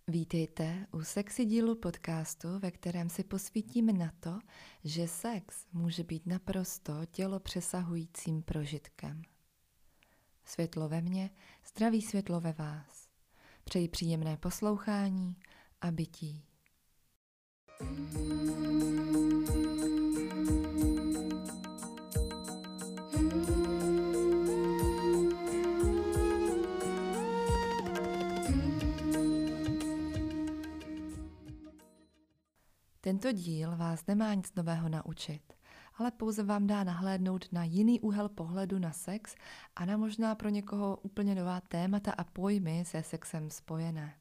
Vítejte u sexy dílu podcastu, ve kterém si posvítíme na to, že sex může být naprosto tělo přesahujícím prožitkem. Světlo ve mně, zdraví světlo ve vás. Přeji příjemné poslouchání a bytí. Tento díl vás nemá nic nového naučit, ale pouze vám dá nahlédnout na jiný úhel pohledu na sex a na možná pro někoho úplně nová témata a pojmy se sexem spojené.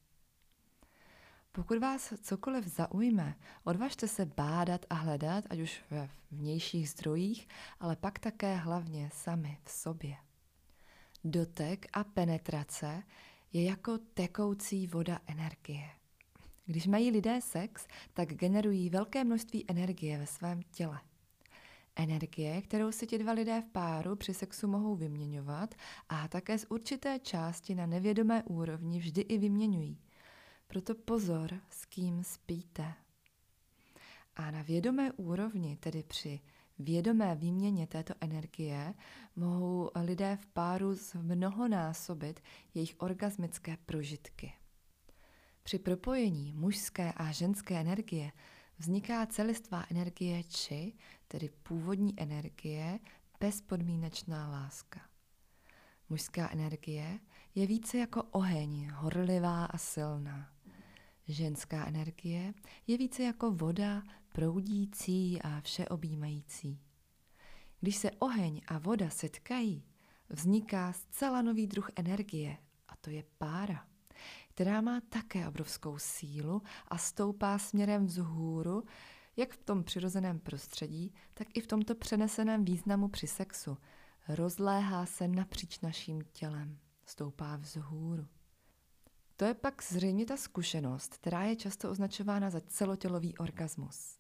Pokud vás cokoliv zaujme, odvažte se bádat a hledat, ať už ve vnějších zdrojích, ale pak také hlavně sami v sobě. Dotek a penetrace je jako tekoucí voda energie. Když mají lidé sex, tak generují velké množství energie ve svém těle. Energie, kterou si ti dva lidé v páru při sexu mohou vyměňovat a také z určité části na nevědomé úrovni vždy i vyměňují. Proto pozor, s kým spíte. A na vědomé úrovni, tedy při vědomé výměně této energie, mohou lidé v páru zmnohonásobit jejich orgasmické prožitky. Při propojení mužské a ženské energie vzniká celistvá energie či, tedy původní energie, bezpodmínečná láska. Mužská energie je více jako oheň, horlivá a silná. Ženská energie je více jako voda, proudící a všeobjímající. Když se oheň a voda setkají, vzniká zcela nový druh energie, a to je pára, která má také obrovskou sílu a stoupá směrem vzhůru, jak v tom přirozeném prostředí, tak i v tomto přeneseném významu při sexu. Rozléhá se napříč naším tělem, stoupá vzhůru. To je pak zřejmě ta zkušenost, která je často označována za celotělový orgasmus.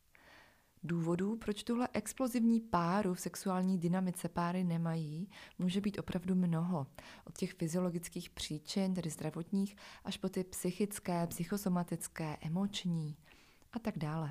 Důvodů, proč tuhle explozivní páru v sexuální dynamice páry nemají, může být opravdu mnoho. Od těch fyziologických příčin, tedy zdravotních, až po ty psychické, psychosomatické, emoční a tak dále.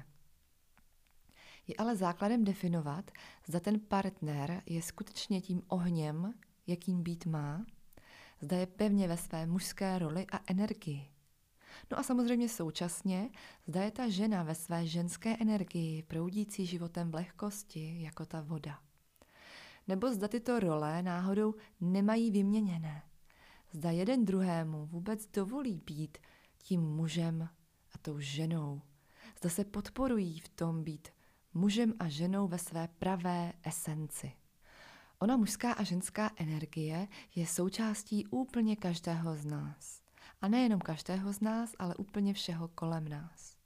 Je ale základem definovat, zda ten partner je skutečně tím ohněm, jakým být má, zda je pevně ve své mužské roli a energii. No a samozřejmě současně, zda je ta žena ve své ženské energii, proudící životem v lehkosti, jako ta voda. Nebo zda tyto role náhodou nemají vyměněné. Zda jeden druhému vůbec dovolí být tím mužem a tou ženou. Zda se podporují v tom být mužem a ženou ve své pravé esenci. Ona mužská a ženská energie je součástí úplně každého z nás. A nejenom každého z nás, ale úplně všeho kolem nás.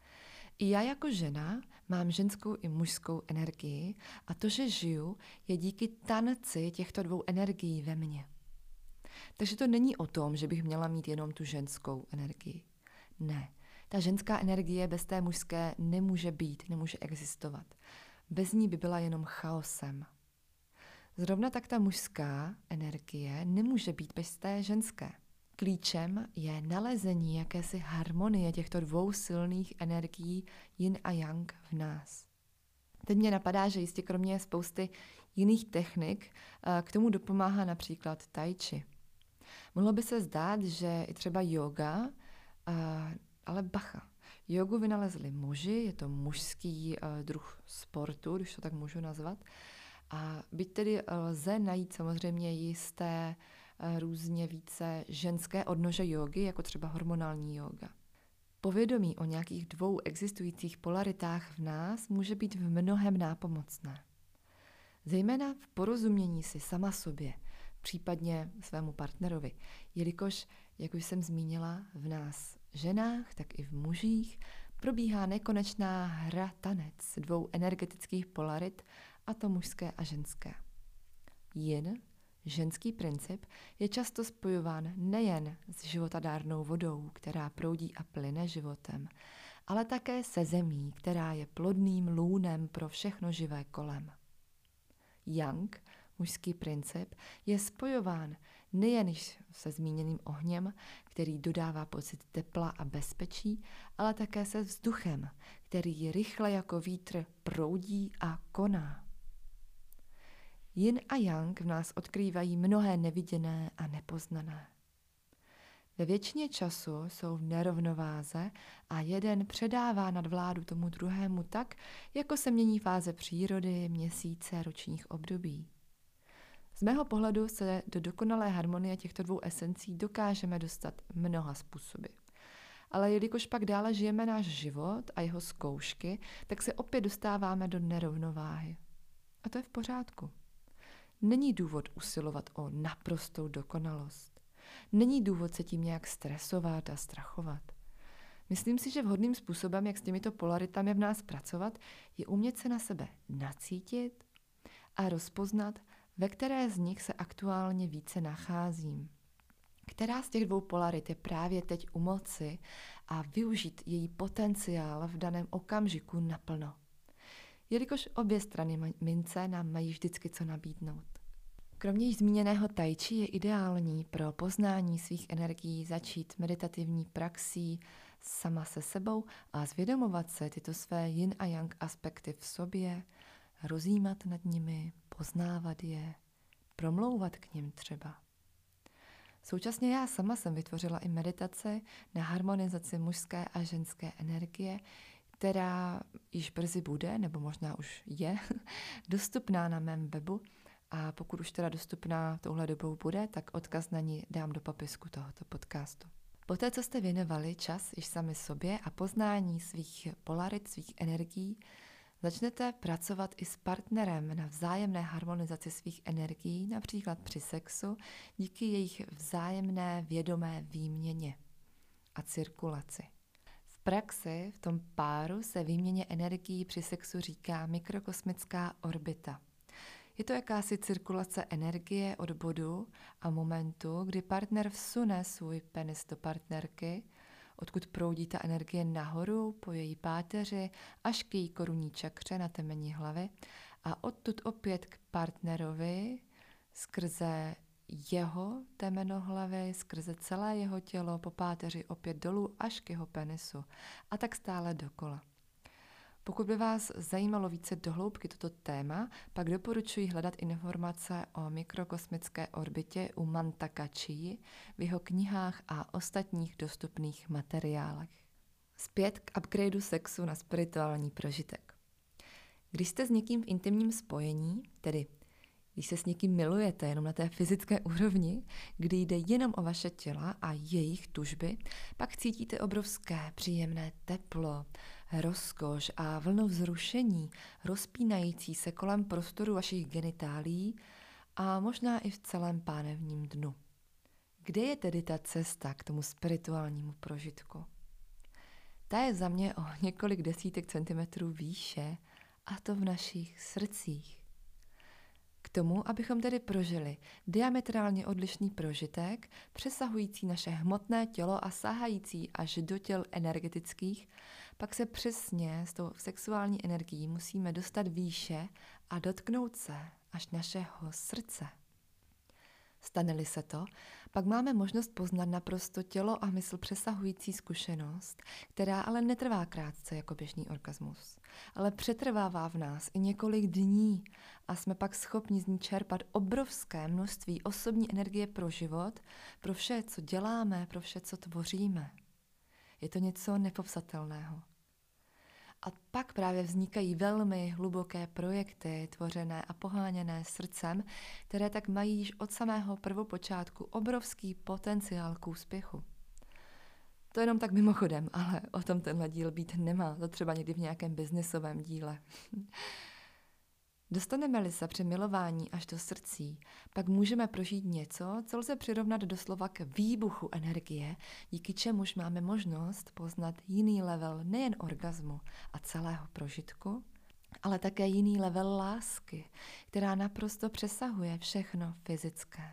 I já jako žena mám ženskou i mužskou energii a to, že žiju, je díky tanci těchto dvou energií ve mně. Takže to není o tom, že bych měla mít jenom tu ženskou energii. Ne, ta ženská energie bez té mužské nemůže být, nemůže existovat. Bez ní by byla jenom chaosem. Zrovna tak ta mužská energie nemůže být bez té ženské. Klíčem je nalezení jakési harmonie těchto dvou silných energií yin a yang v nás. Teď mě napadá, že jistě kromě spousty jiných technik k tomu dopomáhá například tai chi. Mohlo by se zdát, že i třeba yoga, ale bacha. Jogu vynalezli muži, je to mužský druh sportu, když to tak můžu nazvat. A byť tedy lze najít samozřejmě jisté různě více ženské odnože jógy, jako třeba hormonální jóga. Povědomí o nějakých dvou existujících polaritách v nás může být v mnohém nápomocné. Zejména v porozumění si sama sobě, případně svému partnerovi, jelikož, jak už jsem zmínila, v nás ženách, tak i v mužích probíhá nekonečná hra tanec dvou energetických polarit, a to mužské a ženské. Yin, ženský princip, je často spojován nejen s životadárnou vodou, která proudí a plyne životem, ale také se zemí, která je plodným lůnem pro všechno živé kolem. Yang, mužský princip, je spojován Nejen již se zmíněným ohněm, který dodává pocit tepla a bezpečí, ale také se vzduchem, který rychle jako vítr proudí a koná. Yin a yang v nás odkrývají mnohé neviděné a nepoznané. Ve většině času jsou v nerovnováze a jeden předává nadvládu tomu druhému tak, jako se mění fáze přírody, měsíce, ročních období. Z mého pohledu se do dokonalé harmonie těchto dvou esencí dokážeme dostat mnoha způsoby. Ale jelikož pak dále žijeme náš život a jeho zkoušky, tak se opět dostáváme do nerovnováhy. A to je v pořádku. Není důvod usilovat o naprostou dokonalost. Není důvod se tím nějak stresovat a strachovat. Myslím si, že vhodným způsobem, jak s těmito polaritami v nás pracovat, je umět se na sebe nacítit a rozpoznat, ve které z nich se aktuálně více nacházím. Která z těch dvou polarit je právě teď u moci a využít její potenciál v daném okamžiku naplno. Jelikož obě strany mince nám mají vždycky co nabídnout. Kromě již zmíněného tai chi je ideální pro poznání svých energií začít meditativní praxí sama se sebou a zvědomovat se tyto své yin a yang aspekty v sobě, rozjímat nad nimi, poznávat je, promlouvat k nim třeba. Současně já sama jsem vytvořila i meditace na harmonizaci mužské a ženské energie, která již brzy bude, nebo možná už je, dostupná na mém webu. A pokud už teda dostupná touhle dobou bude, tak odkaz na ní dám do popisku tohoto podcastu. Poté, co jste věnovali čas již sami sobě a poznání svých polarit, svých energií, začnete pracovat i s partnerem na vzájemné harmonizaci svých energií, například při sexu, díky jejich vzájemné vědomé výměně a cirkulaci. V praxi v tom páru se výměně energií při sexu říká mikrokosmická orbita. Je to jakási cirkulace energie od bodu a momentu, kdy partner vsune svůj penis do partnerky, odkud proudí ta energie nahoru po její páteři až k její korunní čakře na temeni hlavy a odtud opět k partnerovi skrze jeho temeno hlavy, skrze celé jeho tělo po páteři opět dolů až k jeho penisu a tak stále dokola. Pokud by vás zajímalo více dohloubky toto téma, pak doporučuji hledat informace o mikrokosmické orbitě u Mantaka Chi v jeho knihách a ostatních dostupných materiálech. Zpět k upgradeu sexu na spirituální prožitek. Když jste s někým v intimním spojení, tedy když se s někým milujete jenom na té fyzické úrovni, kdy jde jenom o vaše těla a jejich tužby, pak cítíte obrovské příjemné teplo, rozkoš a vlnu vzrušení, rozpínající se kolem prostoru vašich genitálií a možná i v celém pánevním dnu. Kde je tedy ta cesta k tomu spirituálnímu prožitku? Ta je za mě o několik desítek centimetrů výše, a to v našich srdcích. K tomu, abychom tedy prožili diametrálně odlišný prožitek, přesahující naše hmotné tělo a sahající až do těl energetických, pak se přesně s tou sexuální energií musíme dostat výše a dotknout se až našeho srdce. Stane-li se to, pak máme možnost poznat naprosto tělo a mysl přesahující zkušenost, která ale netrvá krátce jako běžný orgasmus, ale přetrvává v nás i několik dní a jsme pak schopni z ní čerpat obrovské množství osobní energie pro život, pro vše, co děláme, pro vše, co tvoříme. Je to něco nepopsatelného. A pak právě vznikají velmi hluboké projekty, tvořené a poháněné srdcem, které tak mají již od samého prvopočátku obrovský potenciál k úspěchu. To jenom tak mimochodem, ale o tom tenhle díl být nemá, to třeba někdy v nějakém biznesovém díle. Dostaneme-li se při milování až do srdcí, pak můžeme prožít něco, co lze přirovnat doslova k výbuchu energie, díky čemuž máme možnost poznat jiný level nejen orgazmu a celého prožitku, ale také jiný level lásky, která naprosto přesahuje všechno fyzické.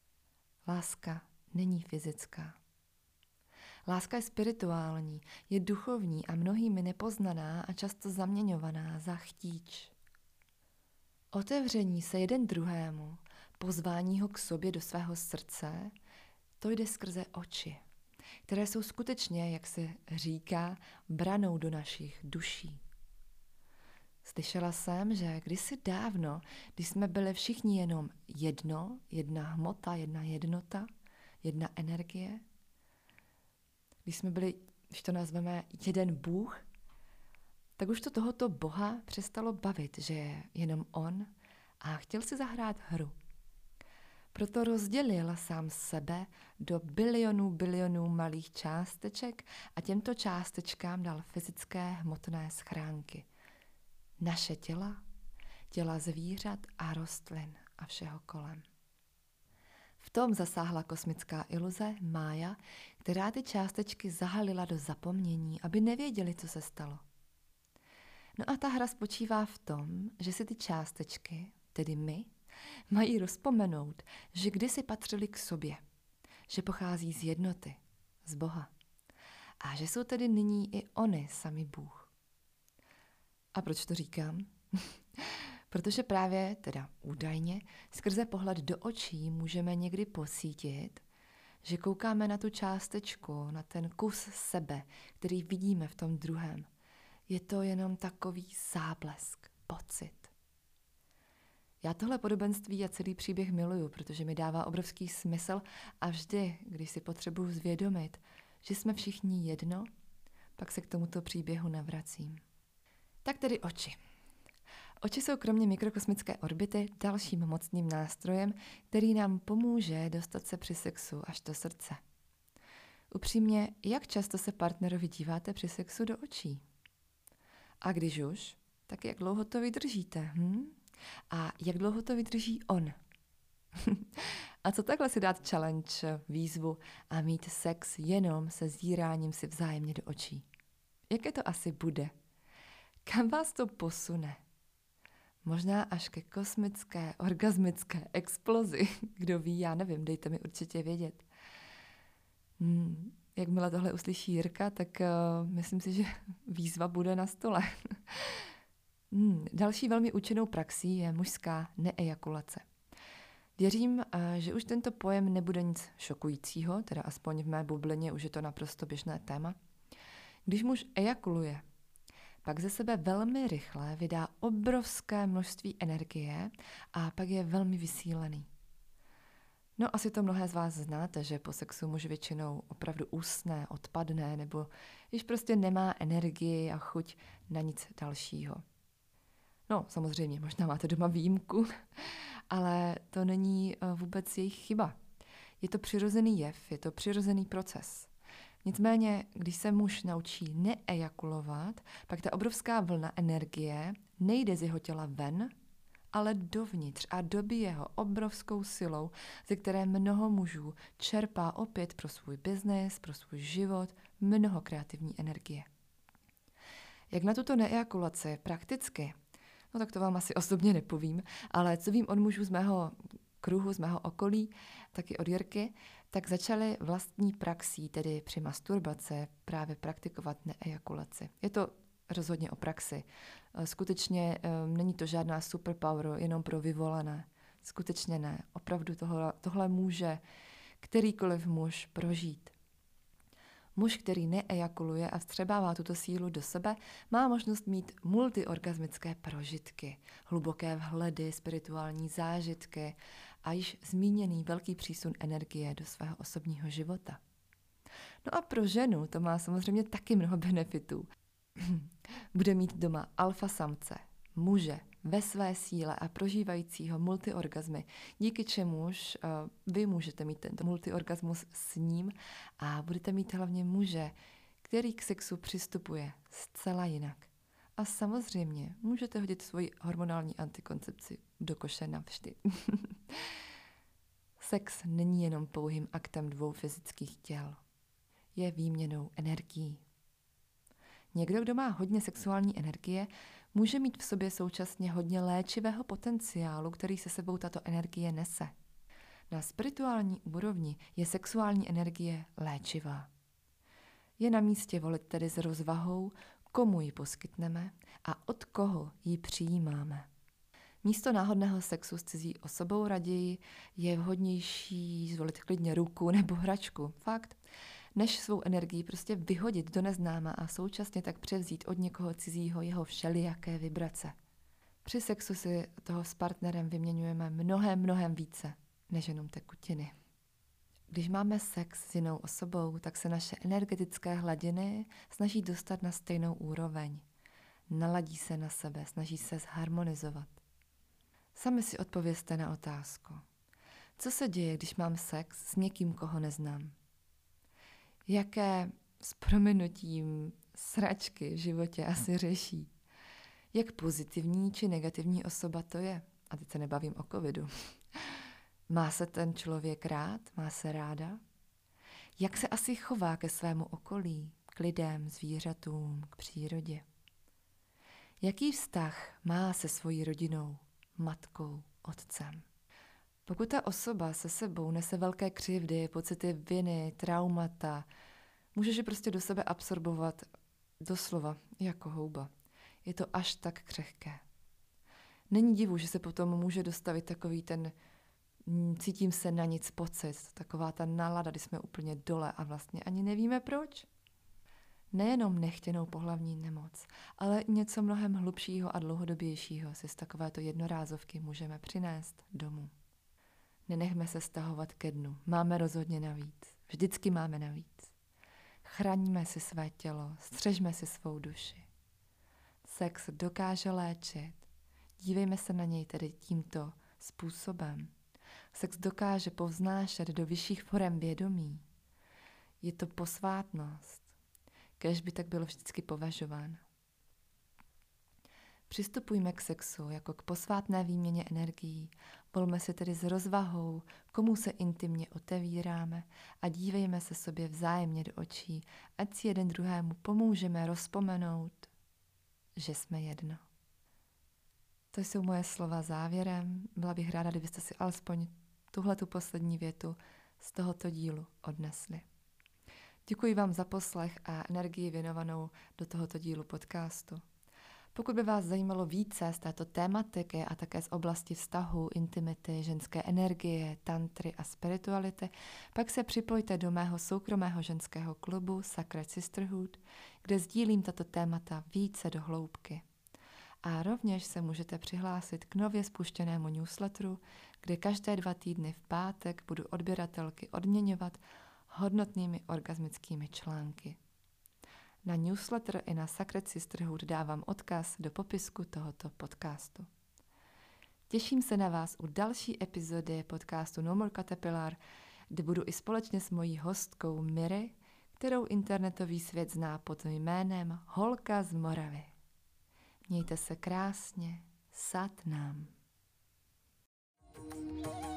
Láska není fyzická. Láska je spirituální, je duchovní a mnohými nepoznaná a často zaměňovaná za chtíč. Otevření se jeden druhému, pozvání ho k sobě do svého srdce, to jde skrze oči, které jsou skutečně, jak se říká, branou do našich duší. Slyšela jsem, že kdysi dávno, když jsme byli všichni jenom jedno, jedna hmota, jedna jednota, jedna energie, když jsme byli, když to nazveme, jeden Bůh, tak už to tohoto Boha přestalo bavit, že je jenom on a chtěl si zahrát hru. Proto rozdělil sám sebe do bilionů malých částeček a těmto částečkám dal fyzické hmotné schránky. Naše těla, těla zvířat a rostlin a všeho kolem. V tom zasáhla kosmická iluze Mája, která ty částečky zahalila do zapomnění, aby nevěděli, co se stalo. No a ta hra spočívá v tom, že si ty částečky, tedy my, mají rozpomenout, že kdysi patřili k sobě, že pochází z jednoty, z Boha a že jsou tedy nyní i oni sami Bůh. A proč to říkám? Protože právě, teda údajně, skrze pohled do očí můžeme někdy pocítit, že koukáme na tu částečku, na ten kus sebe, který vidíme v tom druhém. Je to jenom takový záblesk, pocit. Já tohle podobenství a celý příběh miluju, protože mi dává obrovský smysl a vždy, když si potřebuji zvědomit, že jsme všichni jedno, pak se k tomuto příběhu navracím. Tak tedy oči. Oči jsou kromě mikrokosmické orbity dalším mocným nástrojem, který nám pomůže dostat se při sexu až do srdce. Upřímně, jak často se partnerovi díváte při sexu do očí? A když už, tak jak dlouho to vydržíte? A jak dlouho to vydrží on? A co takhle si dát challenge, výzvu a mít sex jenom se zíráním si vzájemně do očí? Jaké to asi bude? Kam vás to posune? Možná až ke kosmické, orgasmické explozi. Kdo ví, já nevím, dejte mi určitě vědět. Jakmile tohle uslyší Jirka, tak myslím si, že výzva bude na stole. Další velmi účinnou praxí je mužská neejakulace. Věřím, že už tento pojem nebude nic šokujícího, teda aspoň v mé bublině už je to naprosto běžné téma. Když muž ejakuluje, pak ze sebe velmi rychle vydá obrovské množství energie a pak je velmi vysílený. No asi to mnohé z vás znáte, že po sexu muž většinou opravdu usne, odpadne nebo již prostě nemá energii a chuť na nic dalšího. No samozřejmě, možná máte doma výjimku, ale to není vůbec jejich chyba. Je to přirozený jev, je to přirozený proces. Nicméně, když se muž naučí neejakulovat, pak ta obrovská vlna energie nejde z jeho těla ven, ale dovnitř a dobíje ho obrovskou silou, ze které mnoho mužů čerpá opět pro svůj biznes, pro svůj život mnoho kreativní energie. Jak na tuto neejakulaci prakticky? No tak to vám asi osobně nepovím, ale co vím od mužů z mého kruhu, z mého okolí, taky od Jirky, tak začali vlastní praxí, tedy při masturbaci, právě praktikovat neejakulaci. Je to rozhodně o praxi. Skutečně není to žádná superpower, jenom pro vyvolané. Skutečně ne. Opravdu tohle může kterýkoliv muž prožít. Muž, který neejakuluje a vstřebává tuto sílu do sebe, má možnost mít multiorgasmické prožitky, hluboké vhledy, spirituální zážitky a již zmíněný velký přísun energie do svého osobního života. No a pro ženu to má samozřejmě taky mnoho benefitů. Bude mít doma alfa samce, muže ve své síle a prožívajícího multiorgazmy, díky čemuž vy můžete mít tento multiorgasmus s ním a budete mít hlavně muže, který k sexu přistupuje zcela jinak. A samozřejmě můžete hodit svoji hormonální antikoncepci do koše navždy. Sex není jenom pouhým aktem dvou fyzických těl. Je výměnou energií. Někdo, kdo má hodně sexuální energie, může mít v sobě současně hodně léčivého potenciálu, který se sebou tato energie nese. Na spirituální úrovni je sexuální energie léčivá. Je na místě volit tedy s rozvahou, komu ji poskytneme a od koho ji přijímáme. Místo náhodného sexu s cizí osobou raději je vhodnější zvolit klidně ruku nebo hračku. Fakt. Než svou energii prostě vyhodit do neznáma a současně tak převzít od někoho cizího jeho všelijaké vibrace. Při sexu si toho s partnerem vyměňujeme mnohem více, než jenom tekutiny. Když máme sex s jinou osobou, tak se naše energetické hladiny snaží dostat na stejnou úroveň. Naladí se na sebe, snaží se zharmonizovat. Sami si odpovězte na otázku. Co se děje, když mám sex s někým, koho neznám? Jaké s prominutím sračky v životě asi řeší? Jak pozitivní či negativní osoba to je? A teď se nebavím o covidu. Má se ten člověk rád? Má se ráda? Jak se asi chová ke svému okolí, k lidem, zvířatům, k přírodě? Jaký vztah má se svojí rodinou, matkou, otcem? Pokud ta osoba se sebou nese velké křivdy, pocity viny, traumata, můžeš je prostě do sebe absorbovat doslova jako houba. Je to až tak křehké. Není divu, že se potom může dostavit takový ten cítím se na nic pocit, taková ta nálada, kdy jsme úplně dole a vlastně ani nevíme proč. Nejenom nechtěnou pohlavní nemoc, ale něco mnohem hlubšího a dlouhodobějšího si z takovéto jednorázovky můžeme přinést domů. Nenechme se stahovat ke dnu, máme rozhodně navíc, vždycky máme navíc. Chraňme si své tělo, střežme si svou duši. Sex dokáže léčit, dívejme se na něj tedy tímto způsobem. Sex dokáže povznášet do vyšších forem vědomí. Je to posvátnost, kéž by tak bylo vždycky považován. Přistupujme k sexu jako k posvátné výměně energií. Volme si tedy s rozvahou, komu se intimně otevíráme a dívejme se sobě vzájemně do očí, ať si jeden druhému pomůžeme rozpomenout, že jsme jedno. To jsou moje slova závěrem. Byla bych ráda, kdybyste si alespoň tuhletu poslední větu z tohoto dílu odnesli. Děkuji vám za poslech a energii věnovanou do tohoto dílu podcastu. Pokud by vás zajímalo více z této tématiky a také z oblasti vztahu, intimity, ženské energie, tantry a spirituality, pak se připojte do mého soukromého ženského klubu Sacred Sisterhood, kde sdílím tato témata více do hloubky. A rovněž se můžete přihlásit k nově spuštěnému newsletteru, kde každé 2 týdny v pátek budu odběratelky odměňovat hodnotnými orgasmickými články. Na newsletter i na Sacred Sisterhood dávám odkaz do popisku tohoto podcastu. Těším se na vás u další epizody podcastu No More Caterpillar, kde budu i společně s mojí hostkou Miry, kterou internetový svět zná pod jménem Holka z Moravy. Mějte se krásně, Sat Nam.